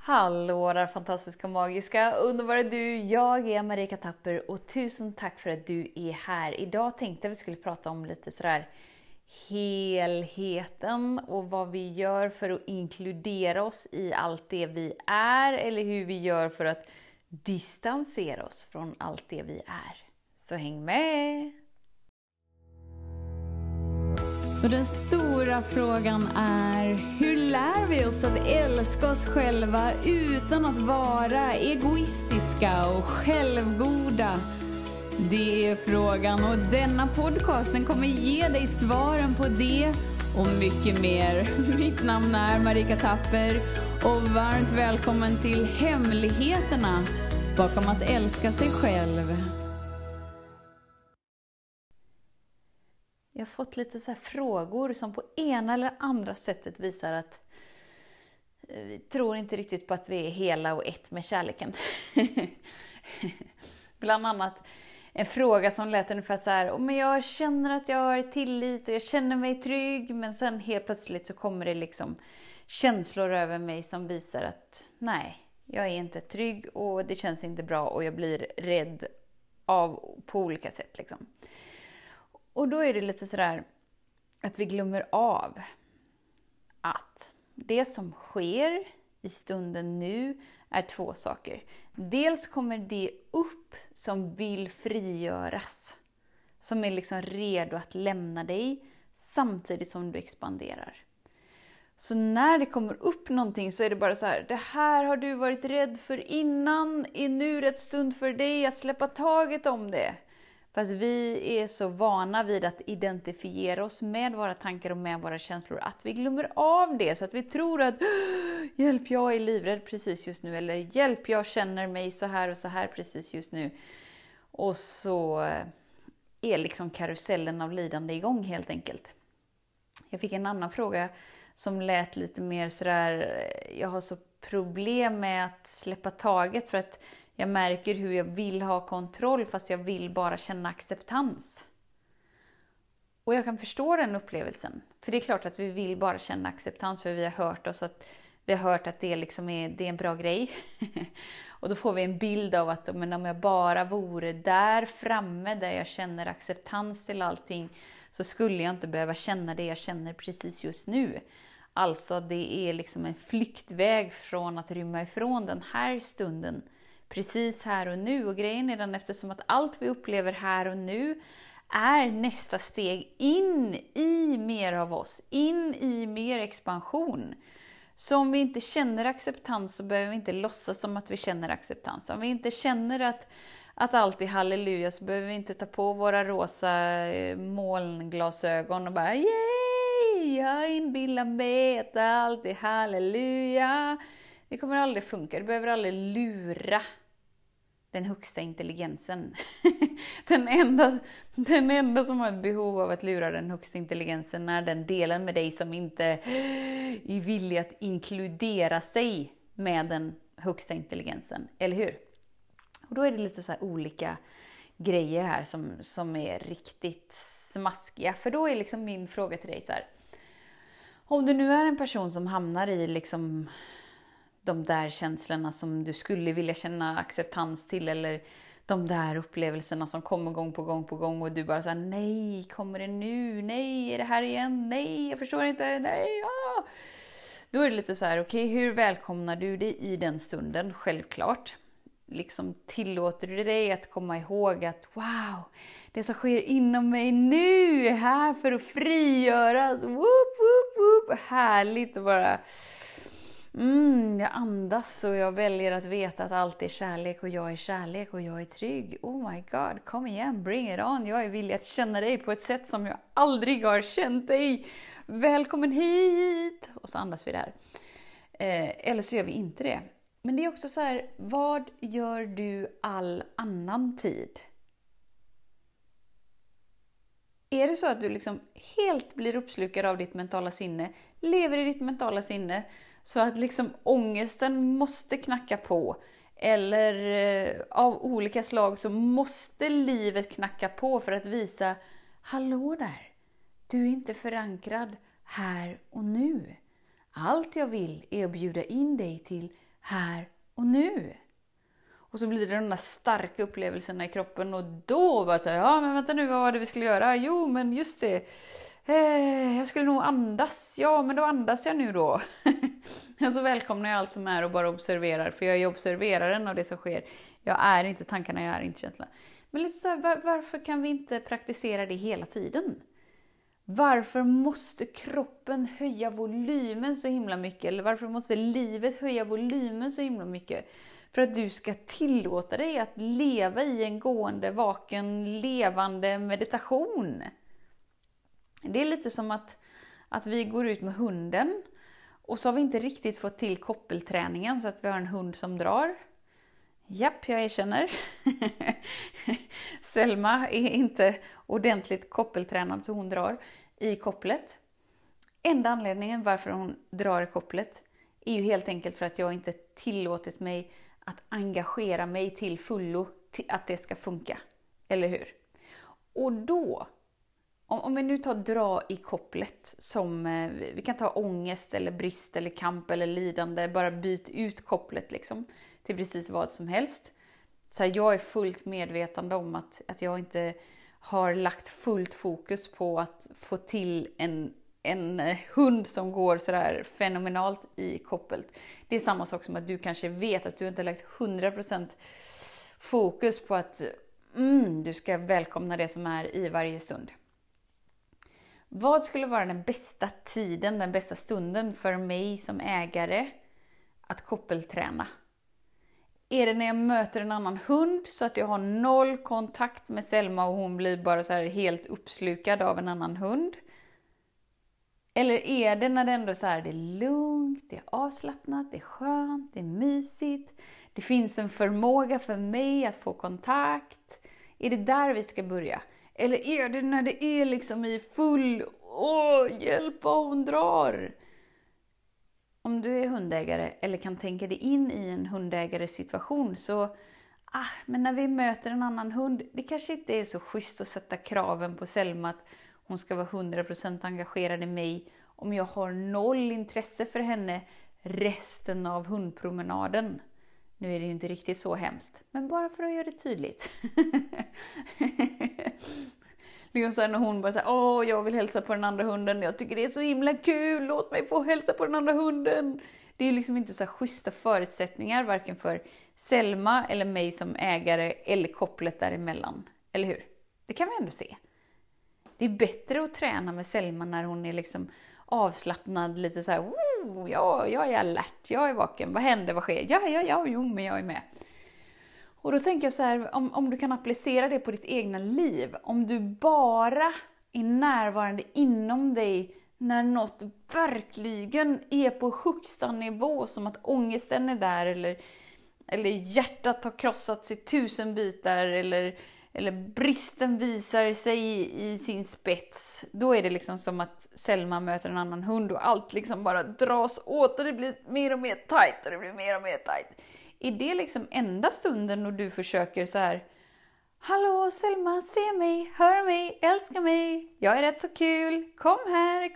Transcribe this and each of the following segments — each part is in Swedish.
Hallå där fantastiska, magiska, underbara du! Jag är Marika Tapper och tusen tack för att du är här. Idag tänkte jag att vi skulle prata om lite sådär helheten och vad vi gör för att inkludera oss i allt det vi är, eller hur vi gör för att distansera oss från allt det vi är. Så häng med! Så den stora frågan är, hur lär vi oss att älska oss själva utan att vara egoistiska och självgoda? Det är frågan, och denna podcasten kommer ge dig svaren på det och mycket mer. Mitt namn är Marika Tapper och varmt välkommen till hemligheterna bakom att älska sig själv. Jag har fått lite så här frågor som på ena eller andra sättet visar att vi tror inte riktigt på att vi är hela och ett med kärleken. Bland annat en fråga som lät ungefär så här: men jag känner att jag har tillit och jag känner mig trygg, men sen helt plötsligt så kommer det liksom känslor över mig som visar att nej, jag är inte trygg och det känns inte bra och jag blir rädd på olika sätt liksom. Och då är det lite sådär att vi glömmer av att det som sker i stunden nu är två saker. Dels kommer det upp som vill frigöras, som är liksom redo att lämna dig samtidigt som du expanderar. Så när det kommer upp någonting så är det bara så här: det här har du varit rädd för innan, är nu rätt stund för dig att släppa taget om det. Fast vi är så vana vid att identifiera oss med våra tankar och med våra känslor att vi glömmer av det. Så att vi tror att hjälp, jag är livrädd precis just nu. Eller hjälp, jag känner mig så här och så här precis just nu. Och så är liksom karusellen av lidande igång helt enkelt. Jag fick en annan fråga som lät lite mer sådär: jag har så problem med att släppa taget för att jag märker hur jag vill ha kontroll fast jag vill bara känna acceptans. Och jag kan förstå den upplevelsen. För det är klart att vi vill bara känna acceptans, för vi har hört att det liksom det är en bra grej. Och då får vi en bild av att men om jag bara vore där framme där jag känner acceptans till allting, så skulle jag inte behöva känna det jag känner precis just nu. Alltså det är liksom en flyktväg från att rymma ifrån den här stunden. Precis här och nu. Och grejen är den, eftersom att allt vi upplever här och nu är nästa steg in i mer av oss. In i mer expansion. Så om vi inte känner acceptans så behöver vi inte låtsas som att vi känner acceptans. Om vi inte känner att allt är halleluja så behöver vi inte ta på våra rosa molnglasögon och bara yay! Jag inbillar mig att allt är halleluja. Det kommer aldrig funka. Du behöver aldrig lura den högsta intelligensen. Den enda som har ett behov av att lura den högsta intelligensen är den delen med dig som inte är villig att inkludera sig med den högsta intelligensen. Eller hur? Och då är det lite så här olika grejer här som är riktigt smaskiga. För då är liksom min fråga till dig så här: om du nu är en person som hamnar i liksom de där känslorna som du skulle vilja känna acceptans till, eller de där upplevelserna som kommer gång på gång och du bara säger nej, kommer det nu? Nej, är det här igen? Nej, jag förstår inte. Nej, ja. Då är det lite så här, okej, hur välkomnar du dig i den stunden? Självklart. Liksom tillåter du dig att komma ihåg att wow, det som sker inom mig nu är här för att frigöras. Woop, woop, woop. Härligt att bara jag andas och jag väljer att veta att allt är kärlek och jag är trygg. Oh my god, kom igen, bring it on. Jag är villig att känna dig på ett sätt som jag aldrig har känt dig. Välkommen hit! Och så andas vi där. Eller så gör vi inte det. Men det är också så här, vad gör du all annan tid? Är det så att du liksom helt blir uppslukad av ditt mentala sinne, lever i ditt mentala sinne, så att liksom ångesten måste knacka på, eller av olika slag så måste livet knacka på för att visa: hallå där, du är inte förankrad här och nu. Allt jag vill är att bjuda in dig till här och nu. Och så blir det de där starka upplevelserna i kroppen och då bara så här, ja men vänta nu, vad var det vi skulle göra? Jo men just det, jag skulle nog andas, ja men då andas jag nu då. Och så välkomnar jag allt som är och bara observerar, för jag är observeraren av det som sker. Jag är inte tankarna, jag är inte känslan. Men lite så här, varför kan vi inte praktisera det hela tiden? Varför måste kroppen höja volymen så himla mycket? Eller varför måste livet höja volymen så himla mycket? För att du ska tillåta dig att leva i en gående, vaken, levande meditation. Det är lite som att vi går ut med hunden och så har vi inte riktigt fått till koppelträningen så att vi har en hund som drar. Japp, jag erkänner. Selma är inte ordentligt koppeltränad så hon drar i kopplet. Enda anledningen varför hon drar i kopplet är ju helt enkelt för att jag inte tillåtit mig att engagera mig till fullo till att det ska funka. Eller hur? Och då, om vi nu tar dra i kopplet som, vi kan ta ångest eller brist eller kamp eller lidande, bara byt ut kopplet liksom till precis vad som helst. Så här, jag är fullt medvetande om att jag inte har lagt fullt fokus på att få till en hund som går sådär fenomenalt i kopplet. Det är samma sak som att du kanske vet att du inte har lagt 100% fokus på att du ska välkomna det som är i varje stund. Vad skulle vara den bästa tiden, den bästa stunden för mig som ägare att koppelträna? Är det när jag möter en annan hund så att jag har 0 kontakt med Selma och hon blir bara så här helt uppslukad av en annan hund? Eller är det när det ändå så här, det är lugnt, det är avslappnat, det är skönt, det är mysigt. Det finns en förmåga för mig att få kontakt. Är det där vi ska börja? Eller är det när det är liksom i full, hjälp vad hon drar? Om du är hundägare eller kan tänka dig in i en hundägares situation så, men när vi möter en annan hund, det kanske inte är så schysst att sätta kraven på Selma att hon ska vara 100% engagerad i mig om jag har 0 intresse för henne resten av hundpromenaden. Nu är det ju inte riktigt så hemskt, men bara för att göra det tydligt. Liksom så här när hon bara säger, jag vill hälsa på den andra hunden, jag tycker det är så himla kul, låt mig få hälsa på den andra hunden. Det är liksom inte så här schyssta förutsättningar varken för Selma eller mig som ägare eller kopplet däremellan, eller hur? Det kan vi ändå se. Det är bättre att träna med Selma när hon är liksom avslappnad, lite så här, jag är alert, jag är vaken, vad händer, vad sker? Ja, men jag är med. Och då tänker jag så här, om du kan applicera det på ditt egna liv, om du bara är närvarande inom dig när något verkligen är på högsta nivå, som att ångesten är där eller hjärtat har krossats i 1000 bitar eller bristen visar sig i sin spets, då är det liksom som att Selma möter en annan hund och allt liksom bara dras åt och det blir mer och mer tajt och det blir mer och mer tajt. Är det liksom enda stunden då du försöker så här, hallå Selma, se mig, hör mig, älska mig, jag är rätt så kul, kom här,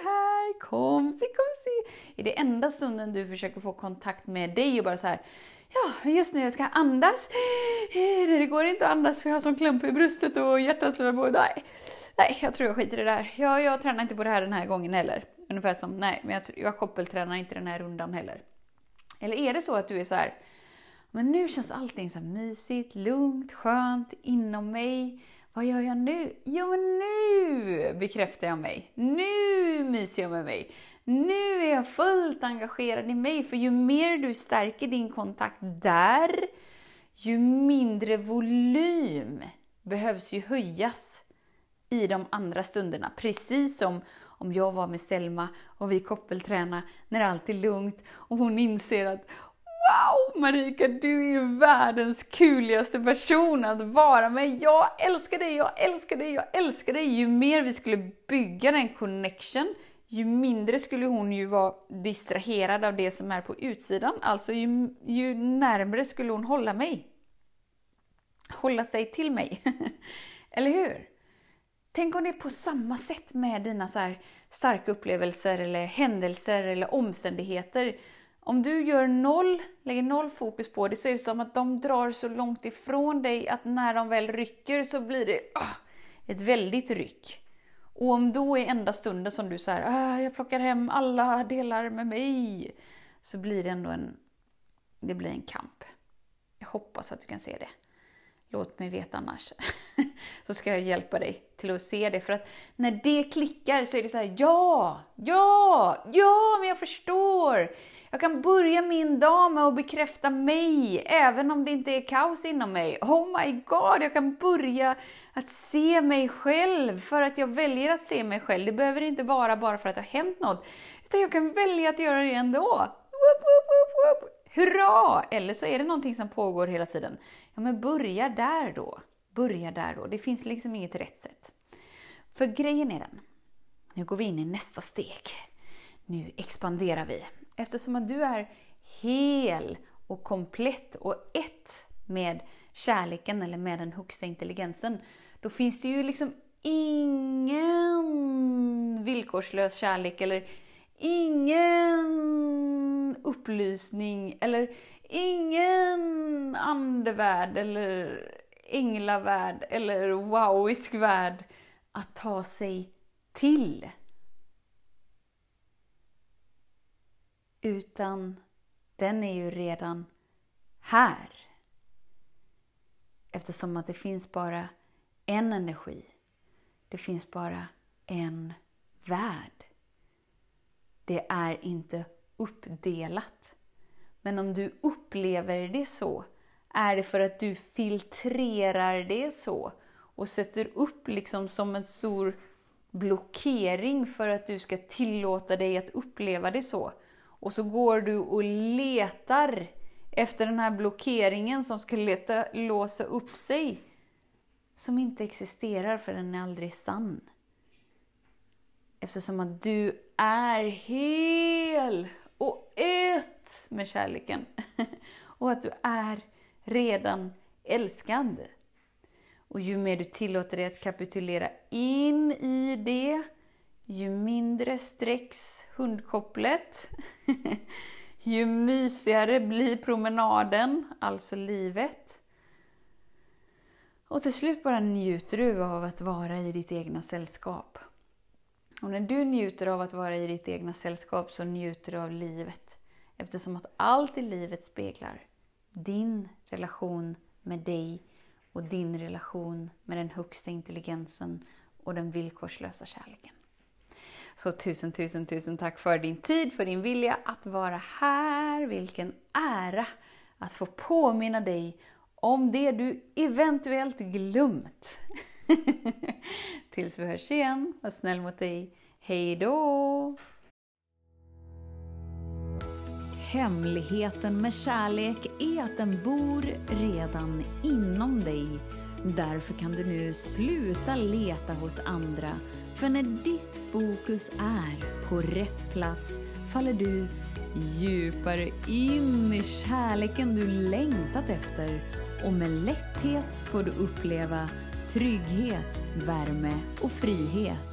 kom se. Är det enda stunden du försöker få kontakt med dig och bara så här, ja, just nu jag ska andas. Det går inte att andas för jag har sån klämp i bröstet och hjärtat slår på. Nej, jag tror jag skiter i det där. Jag tränar inte på det här den här gången heller. Ungefär som, men jag koppeltränar inte den här rundan heller. Eller är det så att du är så här, men nu känns allting så mysigt, lugnt, skönt inom mig. Vad gör jag nu? Jo, men nu bekräftar jag mig. Nu myser jag med mig. Nu är jag fullt engagerad i mig, för ju mer du stärker din kontakt där, ju mindre volym behövs ju höjas i de andra stunderna. Precis som om jag var med Selma och vi koppeltränar när allt är lugnt och hon inser att wow, Marika, du är världens kuligaste person att vara med. Jag älskar dig. Ju mer vi skulle bygga den connection, ju mindre skulle hon ju vara distraherad av det som är på utsidan. Alltså ju närmare skulle hon hålla sig till mig. Eller hur? Tänk om det är på samma sätt med dina så här starka upplevelser eller händelser eller omständigheter. Om du lägger noll fokus på det, så är det som att de drar så långt ifrån dig att när de väl rycker så blir det ett väldigt ryck. Och om då är enda stunden som du så här, jag plockar hem alla delar med mig, så blir det ändå det blir en kamp. Jag hoppas att du kan se det. Låt mig veta annars. Så ska jag hjälpa dig till att se det. För att när det klickar så är det så här, ja, men jag förstår. Jag kan börja min dag med att bekräfta mig, även om det inte är kaos inom mig. Oh my god, jag kan börja att se mig själv för att jag väljer att se mig själv. Det behöver inte vara bara för att det har hänt något, utan jag kan välja att göra det ändå. Hurra! Eller så är det någonting som pågår hela tiden. Ja, men börja där då. Det finns liksom inget rätt sätt. För grejen är den. Nu går vi in i nästa steg. Nu expanderar vi. Eftersom att du är hel och komplett och ett med kärleken eller med den högsta intelligensen, då finns det ju liksom ingen villkorslös kärlek eller ingen upplysning eller ingen andevärld eller änglavärld eller wowisk värld att ta sig till. Utan den är ju redan här. Eftersom att det finns bara en energi. Det finns bara en värld. Det är inte uppdelat. Men om du upplever det så, är det för att du filtrerar det så och sätter upp liksom som en stor blockering för att du ska tillåta dig att uppleva det så. Och så går du och letar efter den här blockeringen som ska låsa upp sig, som inte existerar, för den är aldrig sann. Eftersom att du är hel och ett med kärleken. Och att du är redan älskande. Och ju mer du tillåter dig att kapitulera in i det, ju mindre sträcks hundkopplet. Ju mysigare blir promenaden, alltså livet. Och till slut bara njuter du av att vara i ditt egna sällskap. Och när du njuter av att vara i ditt egna sällskap, så njuter du av livet. Eftersom att allt i livet speglar din relation med dig och din relation med den högsta intelligensen och den villkorslösa kärleken. Så tusen tack för din tid, för din vilja att vara här. Vilken ära att få påminna dig om det du eventuellt glömt. Tills vi hörs igen, var snäll mot dig. Hej då! Hemligheten med kärlek är att den bor redan inom dig. Därför kan du nu sluta leta hos andra. För när ditt fokus är på rätt plats faller du djupare in i kärleken du längtat efter. Och med lätthet får du uppleva trygghet, värme och frihet.